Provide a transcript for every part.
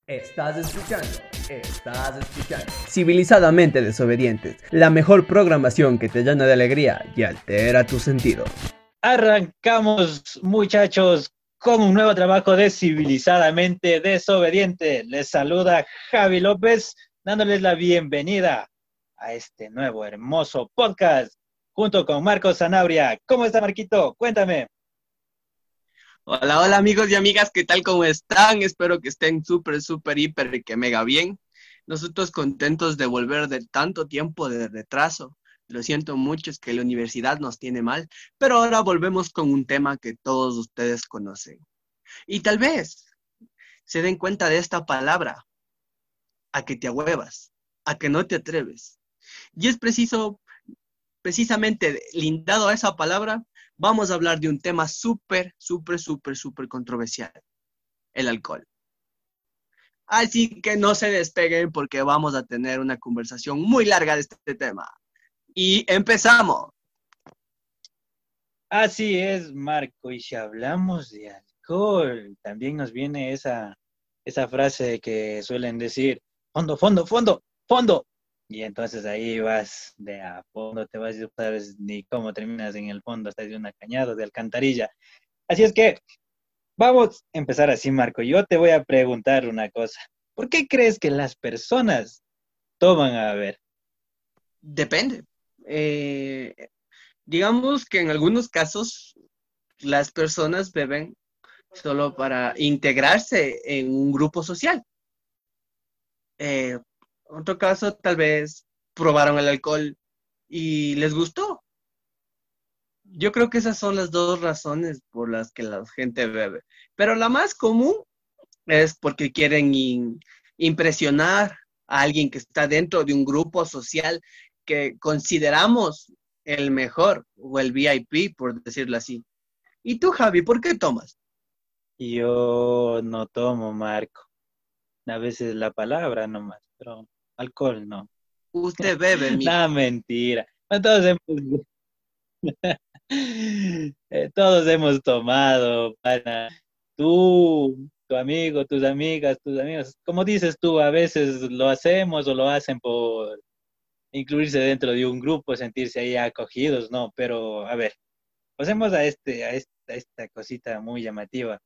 Estás escuchando Civilizadamente Desobedientes, la mejor programación que te llena de alegría y altera tus sentidos. Arrancamos, muchachos, con un nuevo trabajo de Civilizadamente Desobediente. Les saluda Javi López, dándoles la bienvenida a este nuevo hermoso podcast junto con Marcos Sanabria. ¿Cómo está, Marquito? Cuéntame. Hola, hola amigos y amigas, ¿qué tal? ¿Cómo están? Espero que estén súper, súper, hiper y que mega bien. Nosotros contentos de volver de tanto tiempo de retraso. Lo siento mucho, es que la universidad nos tiene mal, pero ahora volvemos con un tema que todos ustedes conocen. Y tal vez se den cuenta de esta palabra, a que te ahuevas, a que no te atreves. Y es precisamente lindado a esa palabra, vamos a hablar de un tema súper, súper, súper, súper controversial, el alcohol. Así que no se despeguen porque vamos a tener una conversación muy larga de este tema. Y empezamos. Así es, Marco, y si hablamos de alcohol, también nos viene esa frase que suelen decir, fondo, fondo, fondo, fondo. Y entonces ahí vas de a fondo, te vas y no sabes ni cómo terminas en el fondo, estás de una cañada, de alcantarilla. Así es que vamos a empezar así, Marco. Yo te voy a preguntar una cosa. ¿Por qué crees que las personas toman a ver? Depende. Eh, digamos que en algunos casos las personas beben solo para integrarse en un grupo social. Otro caso, tal vez probaron el alcohol y les gustó. Yo creo que esas son las dos razones por las que la gente bebe. Pero la más común es porque quieren impresionar a alguien que está dentro de un grupo social que consideramos el mejor o el VIP, por decirlo así. ¿Y tú, Javi, por qué tomas? Yo no tomo, Marco. A veces la palabra nomás, pero alcohol no. Usted bebe, Nada, mijo. mentira. No, todos hemos tomado, pana. Tú, tu amigo, tus amigas, tus amigos. Como dices tú, a veces lo hacemos o lo hacen por incluirse dentro de un grupo, sentirse ahí acogidos, ¿no? Pero, a ver, pasemos a esta cosita muy llamativa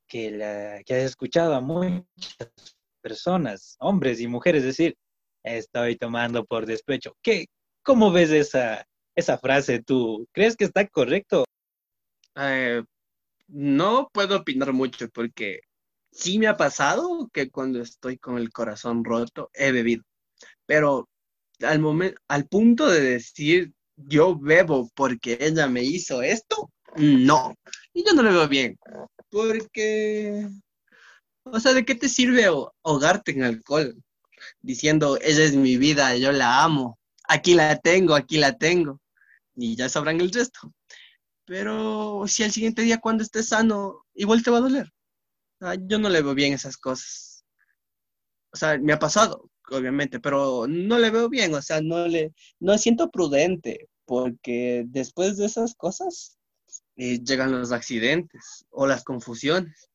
que has escuchado a muchas personas, hombres y mujeres, decir, estoy tomando por despecho. ¿Cómo ves esa frase tú? ¿Crees que está correcto? Eh, no puedo opinar mucho porque sí me ha pasado que cuando estoy con el corazón roto he bebido, pero al punto de decir yo bebo porque ella me hizo esto, no. Y yo no lo veo bien, porque, o sea, ¿de qué te sirve ahogarte en alcohol diciendo ella es mi vida, yo la amo, aquí la tengo, y ya sabrán el resto? Pero si al siguiente día cuando estés sano, igual te va a doler. Yo no le veo bien esas cosas. O sea, me ha pasado, obviamente, pero no le veo bien, o sea, no siento prudente, porque después de esas cosas llegan los accidentes o las confusiones.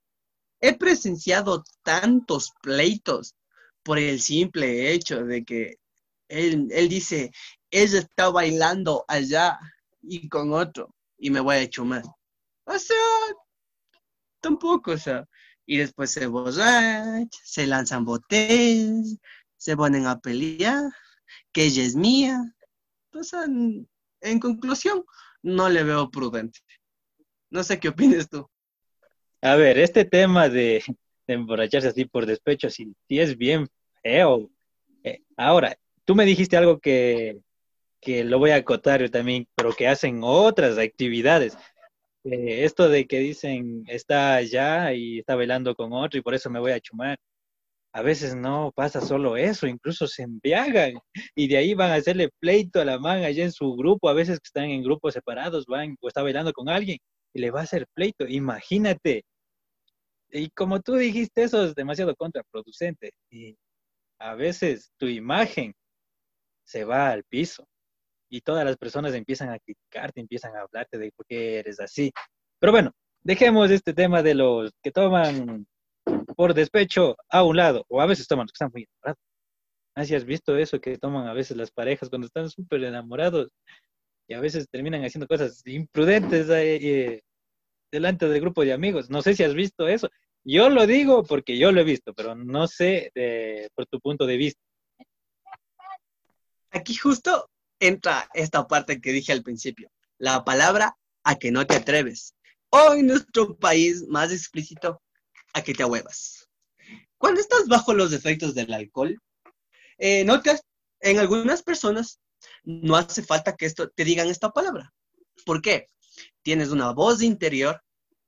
He presenciado tantos pleitos por el simple hecho de que él dice, ella está bailando allá y con otro, y me voy a chumar. O sea, tampoco, o sea, y después se borrachan, se lanzan botellas, se ponen a pelear, que ella es mía. O sea, en conclusión, no le veo prudente. No sé qué opinas tú. A ver, este tema de emborracharse así por despecho, sí es bien feo. Ahora, tú me dijiste algo que lo voy a acotar yo también, pero que hacen otras actividades. Esto de que dicen está allá y está bailando con otro y por eso me voy a chumar. A veces no pasa solo eso, incluso se embriagan y de ahí van a hacerle pleito a la man allá en su grupo, a veces que están en grupos separados, van o está bailando con alguien y le va a hacer pleito, imagínate. Y como tú dijiste, eso es demasiado contraproducente y a veces tu imagen se va al piso y todas las personas empiezan a criticarte, empiezan a hablarte de por qué eres así. Pero bueno, dejemos este tema de los que toman por despecho a un lado, o a veces toman los que están muy enamorados. Así has visto eso que toman a veces las parejas cuando están súper enamorados y a veces terminan haciendo cosas imprudentes delante del grupo de amigos. No sé si has visto eso. Yo lo digo porque yo lo he visto, pero no sé por tu punto de vista. Aquí justo entra esta parte que dije al principio, la palabra a que no te atreves. O en nuestro país más explícito, a que te ahuevas. Cuando estás bajo los efectos del alcohol, notas en algunas personas no hace falta que te digan esta palabra. ¿Por qué? Tienes una voz interior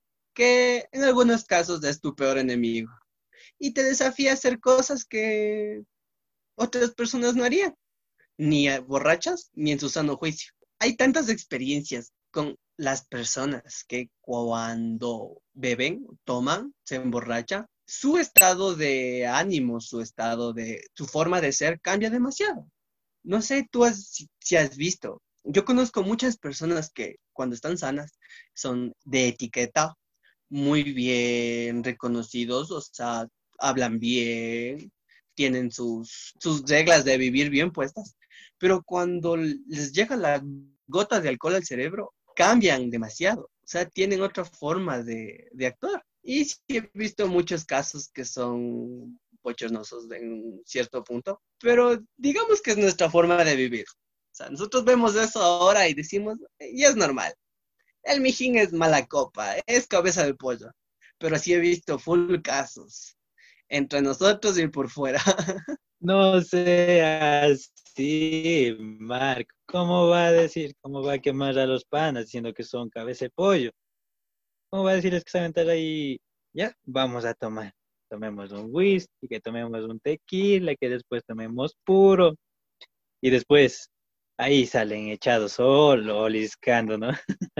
que en algunos casos es tu peor enemigo y te desafía a hacer cosas que otras personas no harían, ni borrachas ni en su sano juicio. Hay tantas experiencias con las personas que cuando beben, toman, se emborrachan, su estado de ánimo, su forma de ser cambia demasiado. No sé si has visto. Yo conozco muchas personas que cuando están sanas son de etiqueta, muy bien reconocidos, o sea, hablan bien, tienen sus reglas de vivir bien puestas, pero cuando les llega la gota de alcohol al cerebro, cambian demasiado, o sea, tienen otra forma de actuar. Y sí he visto muchos casos que son bochornosos en cierto punto, pero digamos que es nuestra forma de vivir. O sea, nosotros vemos eso ahora y decimos, y es normal. El mijín es mala copa, es cabeza de pollo. Pero sí he visto full casos entre nosotros y por fuera. No seas así, Marco. ¿Cómo va a decir? ¿Cómo va a quemar a los panas diciendo que son cabeza de pollo? ¿Cómo va a decirles que saben estar ahí? Ya, vamos a tomar. Tomemos un whisky, que tomemos un tequila, que después tomemos puro. Y después ahí salen echados solo, oliscando, ¿no?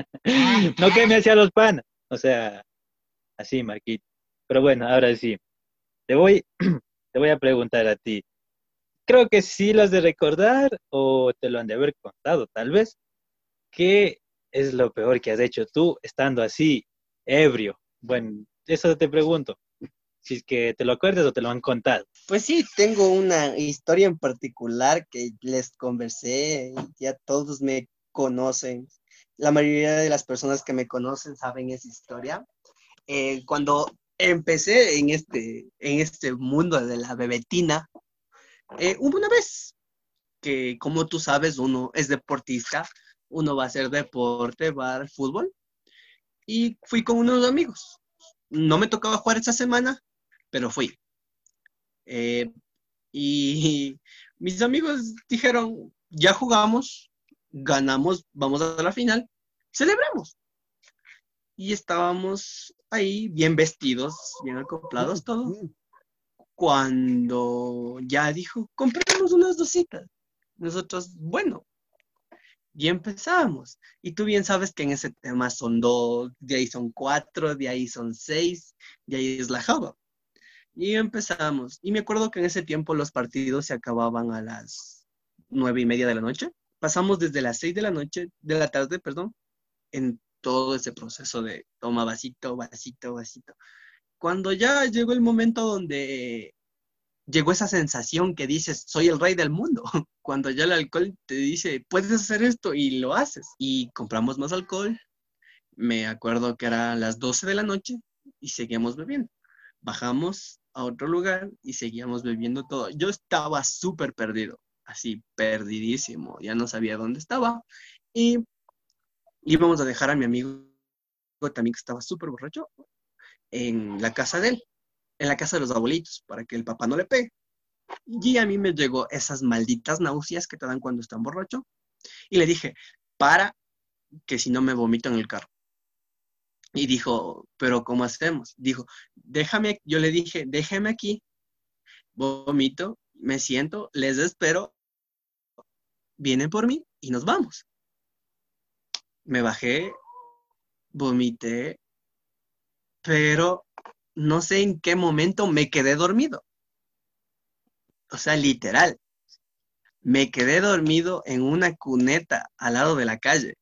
No que me hacía los panas. O sea, así, Marquito. Pero bueno, ahora sí. Te voy, te voy a preguntar a ti. Creo que sí lo has de recordar o te lo han de haber contado, tal vez. ¿Qué es lo peor que has hecho tú estando así, ebrio? Bueno, eso te pregunto. Si es que te lo acuerdas o te lo han contado. Pues sí, tengo una historia en particular que les conversé, ya todos me conocen. La mayoría de las personas que me conocen saben esa historia. Cuando empecé en este mundo de la bebetina, hubo una vez que, como tú sabes, uno es deportista, uno va a hacer deporte, va a dar fútbol, y fui con unos amigos. No me tocaba jugar esa semana, pero fui. Eh, y mis amigos dijeron, ya jugamos, ganamos, vamos a la final, celebramos. Y estábamos ahí bien vestidos, bien acoplados todos. Cuando ya dijo, compremos unas dositas. Nosotros, bueno, y empezamos. Y tú bien sabes que en ese tema son dos, de ahí son cuatro, de ahí son seis, de ahí es la java. Y empezamos. Y me acuerdo que en ese tiempo los partidos se acababan a las 9:30 de la noche. Pasamos desde las 6 de la noche, de la tarde, perdón, en todo ese proceso de toma vasito, vasito, vasito. Cuando ya llegó el momento donde llegó esa sensación que dices, soy el rey del mundo. Cuando ya el alcohol te dice, puedes hacer esto y lo haces. Y compramos más alcohol. Me acuerdo que eran las 12 de la noche y seguíamos bebiendo. Bajamos a otro lugar y seguíamos bebiendo todo. Yo estaba súper perdido, así perdidísimo. Ya no sabía dónde estaba. Y íbamos a dejar a mi amigo también que estaba súper borracho en la casa de él, en la casa de los abuelitos, para que el papá no le pegue. Y a mí me llegó esas malditas náuseas que te dan cuando están borracho. Y le dije, para, que si no me vomito en el carro. Y dijo, pero ¿cómo hacemos? Dijo, déjame, yo le dije, déjeme aquí, vomito, me siento, les espero, vienen por mí y nos vamos. Me bajé, vomité, pero no sé en qué momento me quedé dormido. O sea, literal, me quedé dormido en una cuneta al lado de la calle.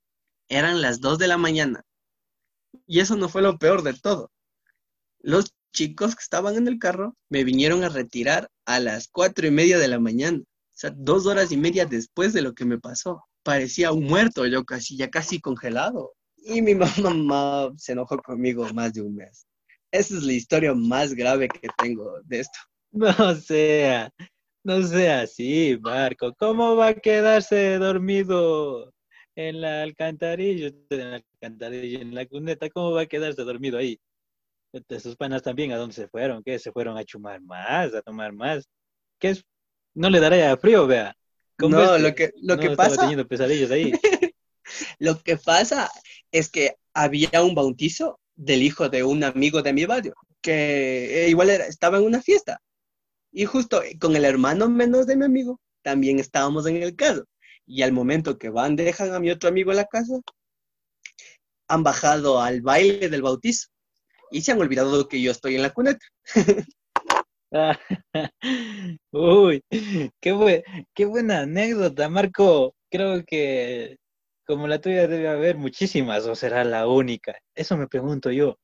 Eran las 2 de la mañana. Y eso no fue lo peor de todo. Los chicos que estaban en el carro me vinieron a retirar a las 4:30 de la mañana. O sea, 2 horas y media después de lo que me pasó. Parecía un muerto, yo ya casi congelado. Y mi mamá se enojó conmigo más de un mes. Esa es la historia más grave que tengo de esto. No sea, no sea así, Marco. ¿Cómo va a quedarse dormido en la alcantarilla? Usted en la alcantarilla, en la cuneta, ¿cómo va a quedarse dormido ahí? Sus panas también, ¿a dónde se fueron? ¿Qué? ¿Se fueron a chumar más, a tomar más? ¿Qué es? No le daría frío, vea. ¿Cómo es No, lo que que, lo que no estaba pasa, teniendo pesadillas ahí? lo que pasa es que había un bautizo del hijo de un amigo de mi barrio, que igual estaba en una fiesta. Y justo con el hermano menos de mi amigo, también estábamos en el carro. Y al momento que van, dejan a mi otro amigo en la casa, han bajado al baile del bautizo. Y se han olvidado de que yo estoy en la cuneta. Ah, uy, qué buena anécdota, Marco. Creo que como la tuya debe haber muchísimas o será la única. Eso me pregunto yo.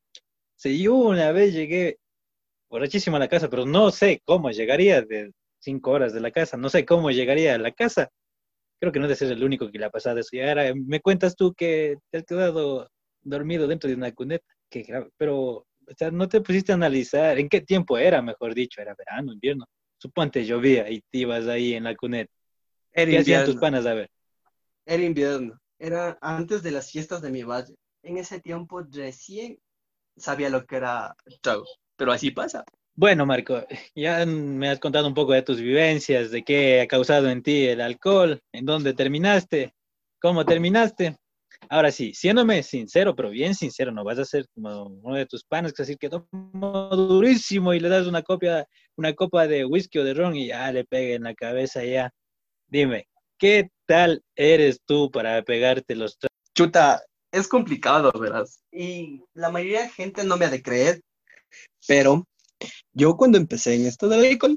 Si yo una vez llegué borrachísimo a la casa, pero no sé cómo llegaría de 5 horas de la casa, no sé cómo llegaría a la casa. Creo que no debe ser el único que le ha pasado eso. Y ahora me cuentas tú que te has quedado dormido dentro de una cuneta. Qué grave. Pero, o sea, no te pusiste a analizar en qué tiempo era, mejor dicho, era verano, invierno. Suponte llovía y te ibas ahí en la cuneta. Era ¿Qué hacían tus invierno, panas? A ver. era invierno. Era antes de las fiestas de mi valle. En ese tiempo recién sabía lo que era el trago. Pero así pasa. Bueno, Marco, ya me has contado un poco de tus vivencias, de qué ha causado en ti el alcohol, en dónde terminaste, cómo terminaste. Ahora sí, siéndome sincero, pero bien sincero, no vas a ser como uno de tus panes que decir que tomo durísimo y le das una copa de whisky o de ron y ya le pega en la cabeza ya. Dime, ¿qué tal eres tú para pegarte los tragos? Chuta, es complicado, verás. Y la mayoría de gente no me ha de creer. Pero yo cuando empecé en esto del alcohol,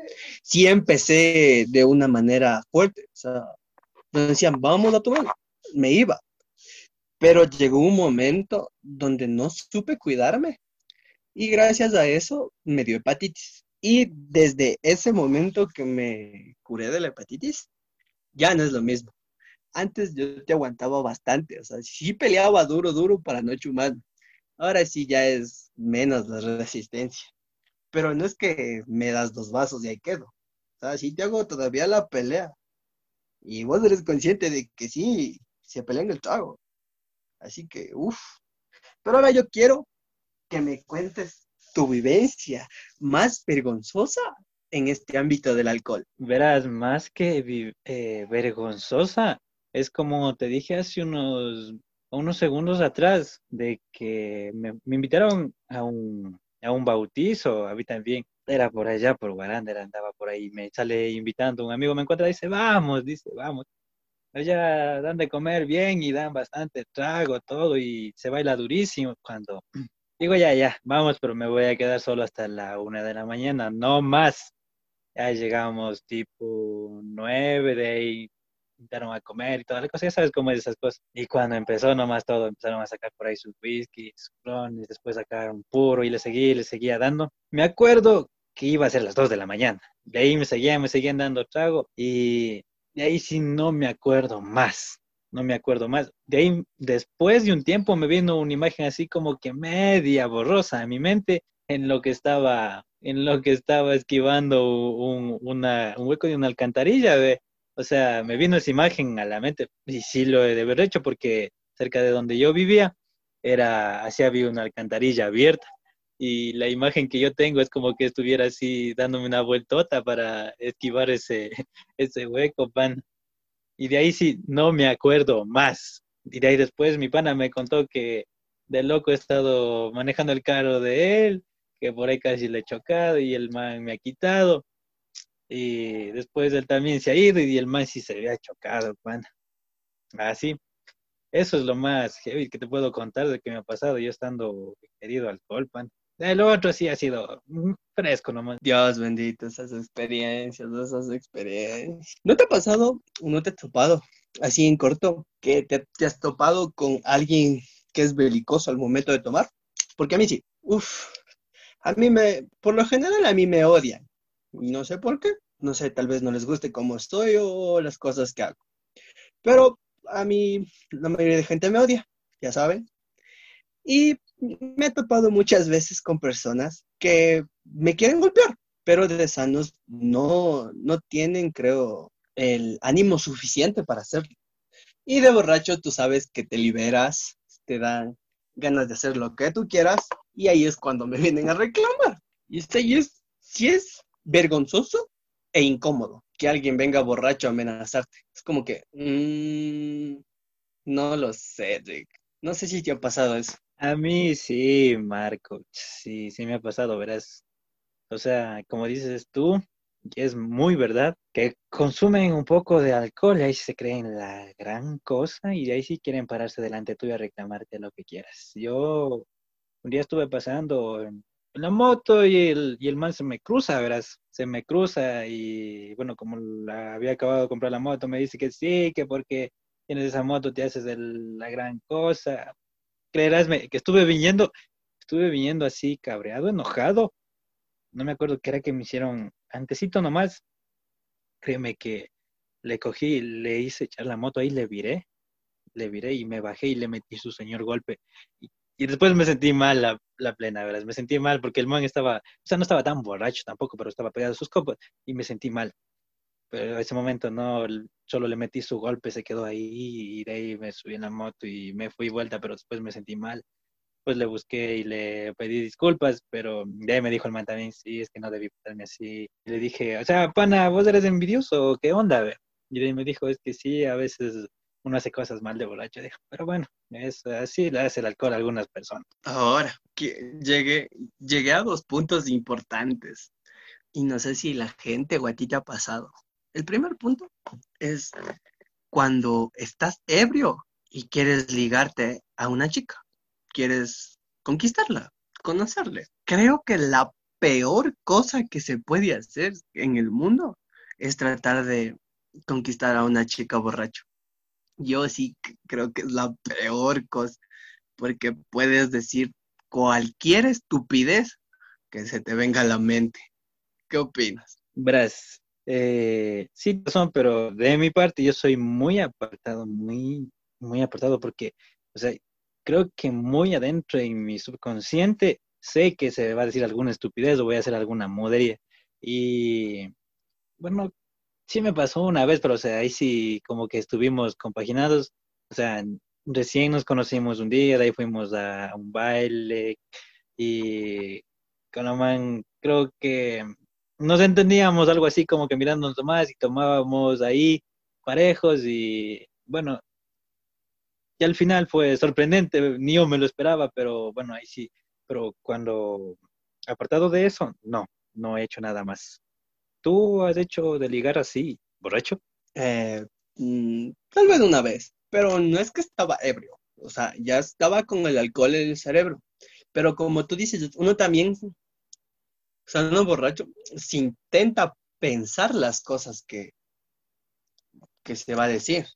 sí empecé de una manera fuerte. O sea, me decían, vamos a tomar. Me iba. Pero llegó un momento donde no supe cuidarme y gracias a eso me dio hepatitis. Y desde ese momento que me curé de la hepatitis, ya no es lo mismo. Antes yo te aguantaba bastante, o sea, sí peleaba duro, duro para no chumar. Ahora sí ya es menos la resistencia. Pero no es que me das 2 vasos y ahí quedo. O sea, sí te hago todavía la pelea. Y vos eres consciente de que sí, se pelea en el trago. Así que, uff. Pero ahora yo quiero que me cuentes tu vivencia más vergonzosa en este ámbito del alcohol. Verás, más que vergonzosa, es como te dije hace unos segundos atrás, de que me invitaron a un bautizo, a mí también. Era por allá, por Guaranda, andaba por ahí, me sale invitando, un amigo me encuentra, dice, vamos, allá dan de comer bien y dan bastante trago, todo, y se baila durísimo. Cuando digo, ya, vamos, pero me voy a quedar solo hasta la 1 de la mañana, no más. Ya llegamos tipo 9, de ahí invitaron a comer y toda la cosa, ya sabes cómo es esas cosas. Y cuando empezó nomás todo, empezaron a sacar por ahí sus whisky, sus clones, después sacaron puro y le seguía dando. Me acuerdo que iba a ser las 2 de la mañana. De ahí me seguían dando trago y de ahí sí no me acuerdo más. No me acuerdo más. De ahí, después de un tiempo, me vino una imagen así como que media borrosa a mi mente en lo que estaba esquivando un hueco de una alcantarilla, ve. O sea, me vino esa imagen a la mente y sí lo he de haber hecho porque cerca de donde yo vivía así había una alcantarilla abierta y la imagen que yo tengo es como que estuviera así dándome una vueltota para esquivar ese, ese hueco, pan. Y de ahí sí, no me acuerdo más. Y de ahí después mi pana me contó que de loco he estado manejando el carro de él, que por ahí casi le he chocado y el man me ha quitado. Y después él también se ha ido y el man sí se había chocado, pana. Así, eso es lo más heavy que te puedo contar de que me ha pasado yo estando herido alcohol, pan. El otro sí ha sido fresco nomás. Dios bendito, esas experiencias, esas experiencias. ¿No te ha pasado o no te has topado, así en corto, que te has topado con alguien que es belicoso al momento de tomar? Porque a mí sí. Uf. por lo general a mí me odian. No sé por qué. No sé, tal vez no les guste cómo estoy o las cosas que hago. Pero a mí la mayoría de gente me odia, ya saben. Y me he topado muchas veces con personas que me quieren golpear, pero de sanos no tienen, creo, el ánimo suficiente para hacerlo. Y de borracho tú sabes que te liberas, te dan ganas de hacer lo que tú quieras y ahí es cuando me vienen a reclamar. Y sí es vergonzoso e incómodo que alguien venga borracho a amenazarte. Es como que, no lo sé, Rick. No sé si te ha pasado eso. A mí sí, Marco, sí, sí me ha pasado, verás. O sea, como dices tú, es muy verdad que consumen un poco de alcohol y ahí sí se creen la gran cosa y de ahí sí quieren pararse delante tuyo a reclamarte lo que quieras. Yo un día estuve pasando en la moto y el man se me cruza, verás, se me cruza y bueno, como había acabado de comprar la moto, me dice que sí, que porque tienes esa moto te haces la gran cosa. Creerásme que estuve viniendo así cabreado, enojado. No me acuerdo qué era que me hicieron antesito nomás. Créeme que le cogí, le hice echar la moto ahí, le viré y me bajé y le metí su señor golpe. Y después me sentí mal la plena, ¿verdad? Me sentí mal porque el man estaba, o sea, no estaba tan borracho tampoco, pero estaba pegado a sus copas y me sentí mal. Pero en ese momento no, solo le metí su golpe, se quedó ahí y de ahí me subí en la moto y me fui vuelta, pero después me sentí mal. Pues le busqué y le pedí disculpas, pero de ahí me dijo el man también, sí, es que no debí portarme así. Y le dije, o sea, pana, ¿vos eres envidioso o qué onda, ve? Y de ahí me dijo, es que sí, a veces uno hace cosas mal de borracho. Dijo, pero bueno, es así le hace el alcohol a algunas personas. Ahora, que llegué a dos puntos importantes y no sé si la gente o a ti te ha pasado. El primer punto es cuando estás ebrio y quieres ligarte a una chica, quieres conquistarla, conocerle. Creo que la peor cosa que se puede hacer en el mundo es tratar de conquistar a una chica borracho. Yo sí creo que es la peor cosa, porque puedes decir cualquier estupidez que se te venga a la mente. ¿Qué opinas? Verás, sí son, pero de mi parte yo soy muy apartado, muy apartado porque, o sea, creo que muy adentro en mi subconsciente sé que se va a decir alguna estupidez o voy a hacer alguna mudería. Y bueno, sí me pasó una vez, pero o sea, ahí sí como que estuvimos compaginados, o sea, recién nos conocimos un día, de ahí fuimos a un baile y con la man creo que nos entendíamos algo así como que mirándonos más y tomábamos ahí parejos y bueno, y al final fue sorprendente, ni yo me lo esperaba, pero bueno, ahí sí, pero cuando apartado de eso, no he hecho nada más. ¿Tú has hecho de ligar así, borracho? Eh, Tal vez una vez, pero no es que estaba ebrio, o sea, ya estaba con el alcohol en el cerebro. Pero como tú dices, uno también, o sea, uno borracho, se intenta pensar las cosas que se va a decir,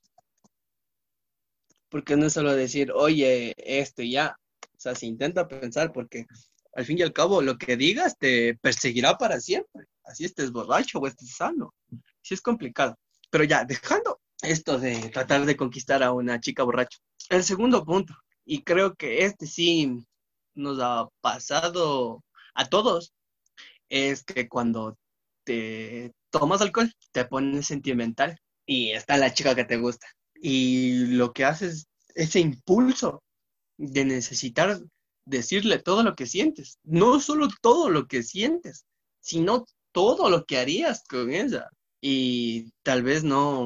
porque no es solo decir, oye, esto y ya, o sea, se intenta pensar porque al fin y al cabo lo que digas te perseguirá para siempre, así estés borracho o estés sano, sí es complicado. Pero ya, dejando esto de tratar de conquistar a una chica borracha, el segundo punto, y creo que este sí nos ha pasado a todos, es que cuando te tomas alcohol, te pones sentimental y está la chica que te gusta. Y lo que haces, ese impulso de necesitar decirle todo lo que sientes, no solo todo lo que sientes, sino todo lo que harías con ella. Y tal vez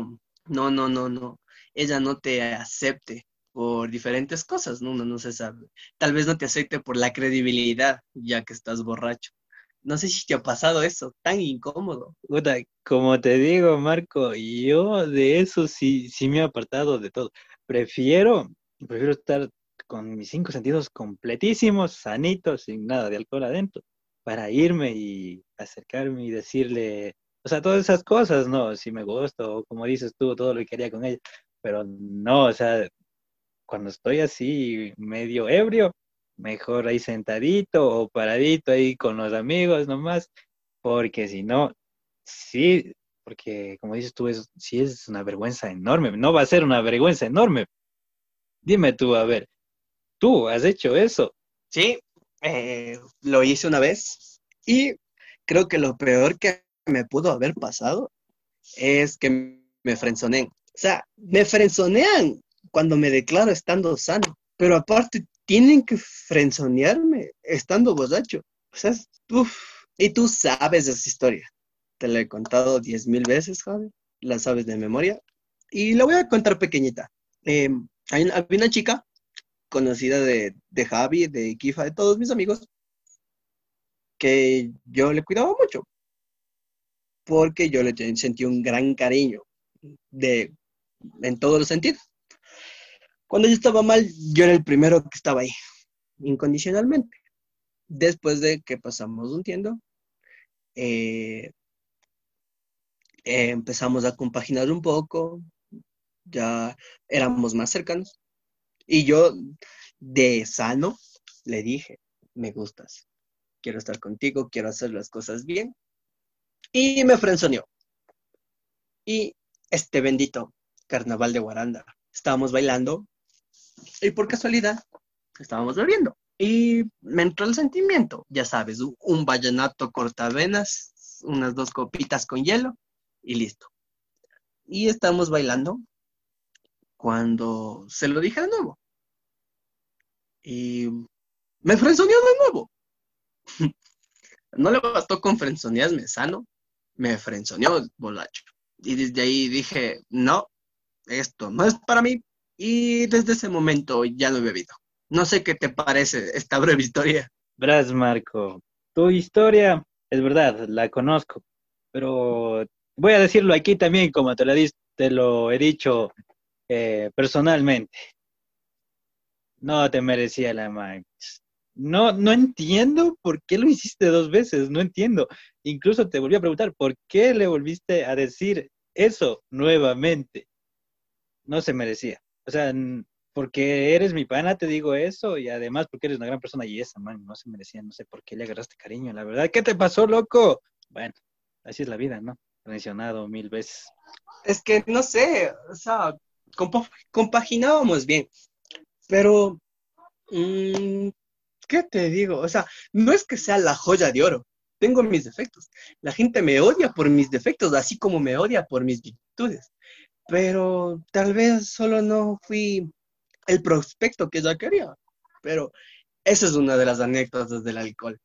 no, ella no te acepte por diferentes cosas, ¿no? Uno no se sabe. Tal vez no te acepte por la credibilidad, ya que estás borracho. No sé si te ha pasado eso, tan incómodo. Puta, como te digo, Marco, yo de eso sí me he apartado de todo. Prefiero estar con mis cinco sentidos completísimos, sanitos, sin nada de alcohol adentro, para irme y acercarme y decirle, o sea, todas esas cosas, ¿no? Si me gusta, o como dices tú, todo lo que haría con ella, pero no, o sea, cuando estoy así medio ebrio. mejor ahí sentadito o paradito ahí con los amigos nomás, porque si no, sí, porque como dices tú, sí es una vergüenza enorme, no va a ser una vergüenza enorme. Dime tú, a ver, tú has hecho eso. Sí, lo hice una vez y creo que lo peor que me pudo haber pasado es que me frenzonean. O sea, me frenzonean cuando me declaro estando sano, pero aparte tienen que frenzonearme estando borracho. O sea, uf. Y tú sabes esa historia. Te la he contado 10.000 veces, Javi. La sabes de memoria. Y la voy a contar pequeñita. Había una chica conocida de Javi, de Kifa, de todos mis amigos, que yo le cuidaba mucho, porque yo le sentí un gran cariño de, en todos los sentidos. Cuando yo estaba mal, yo era el primero que estaba ahí, incondicionalmente. Después de que pasamos un tiempo, eh, empezamos a compaginar un poco, ya éramos más cercanos. Y yo, de sano, le dije, me gustas, quiero estar contigo, quiero hacer las cosas bien. Y me frenzoneó. Y este bendito carnaval de Guaranda, estábamos bailando y por casualidad estábamos bebiendo. Y me entró el sentimiento, ya sabes, un vallenato cortavenas, unas 2 copitas con hielo y listo. Y estamos bailando cuando se lo dije de nuevo. Y me frenzoneó de nuevo. No le bastó con frenzonearme sano, me frenzoneó borracho. Y desde ahí dije, no, esto no es para mí. Y desde ese momento ya no he bebido. No sé qué te parece esta breve historia. Verás, Marco, tu historia es verdad, la conozco, pero voy a decirlo aquí también, como te lo he dicho personalmente. No te merecía la Max. No, no entiendo por qué lo hiciste 2 veces, no entiendo. Incluso te volví a preguntar, ¿por qué le volviste a decir eso nuevamente? No se merecía. O sea, porque eres mi pana, te digo eso, y además porque eres una gran persona y esa, man, no se merecía, no sé por qué le agarraste cariño, la verdad. ¿Qué te pasó, loco? Bueno, así es la vida, ¿no? Mencionado 1000 veces. Es que no sé, o sea, compaginábamos bien, pero mm, ¿qué te digo? O sea, no es que sea la joya de oro. Tengo mis defectos. La gente me odia por mis defectos, así como me odia por mis virtudes. Pero tal vez solo no fui el prospecto que ella quería. Pero esa es una de las anécdotas del alcohol.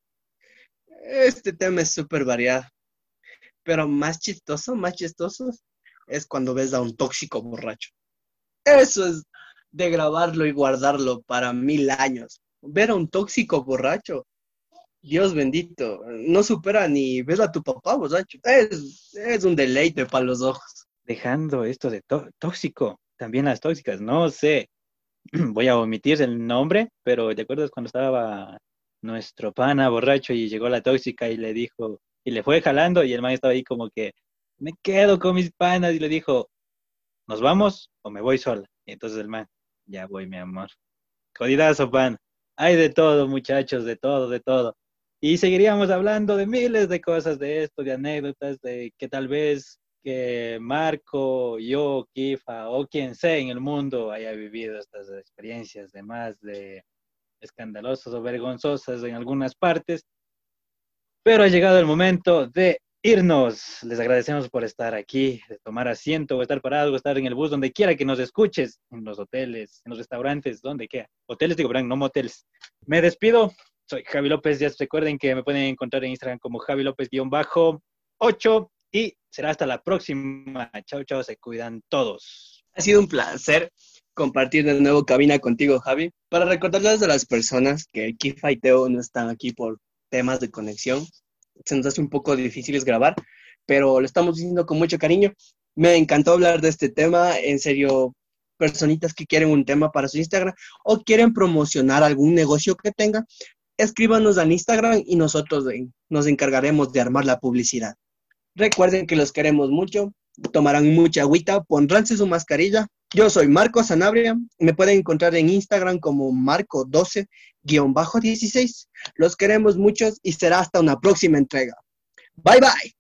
Este tema es súper variado. Pero más chistoso es cuando ves a un tóxico borracho. Eso es de grabarlo y guardarlo para 1000 años. Ver a un tóxico borracho, Dios bendito, no supera ni ver a tu papá borracho. Es un deleite para los ojos. Dejando esto de tóxico, también las tóxicas, no sé, voy a omitir el nombre, pero ¿te acuerdas cuando estaba nuestro pana borracho y llegó la tóxica y le dijo, y le fue jalando y el man estaba ahí como que, me quedo con mis panas y le dijo, ¿nos vamos o me voy sola? Y entonces el man, ya voy, mi amor. Jodidazo, pan. Hay de todo, muchachos, de todo, de todo. Y seguiríamos hablando de miles de cosas de esto, de anécdotas, de que tal vez que Marco, yo, Kifa o quien sea en el mundo haya vivido estas experiencias de más de escandalosas o vergonzosas en algunas partes, pero ha llegado el momento de irnos. Les agradecemos por estar aquí, de tomar asiento o estar parado o estar en el bus, donde quiera que nos escuches, en los hoteles, en los restaurantes, donde quiera. Hoteles, digo, Bran, no moteles. Me despido. Soy Javi López. Ya recuerden que me pueden encontrar en Instagram como Javi López-8 y será hasta la próxima. Chao, chao. Se cuidan todos. Ha sido un placer compartir de nuevo cabina contigo, Javi, para recordarles a las personas que Kifa y Teo no están aquí por temas de conexión. Se nos hace un poco difícil grabar, pero lo estamos diciendo con mucho cariño. Me encantó hablar de este tema. En serio, personitas que quieren un tema para su Instagram o quieren promocionar algún negocio que tengan, escríbanos al Instagram y nosotros nos encargaremos de armar la publicidad. Recuerden que los queremos mucho. tomarán mucha agüita, pondránse su mascarilla. Yo soy Marco Sanabria, me pueden encontrar en Instagram como Marco12-16. Los queremos muchos y será hasta una próxima entrega. Bye bye.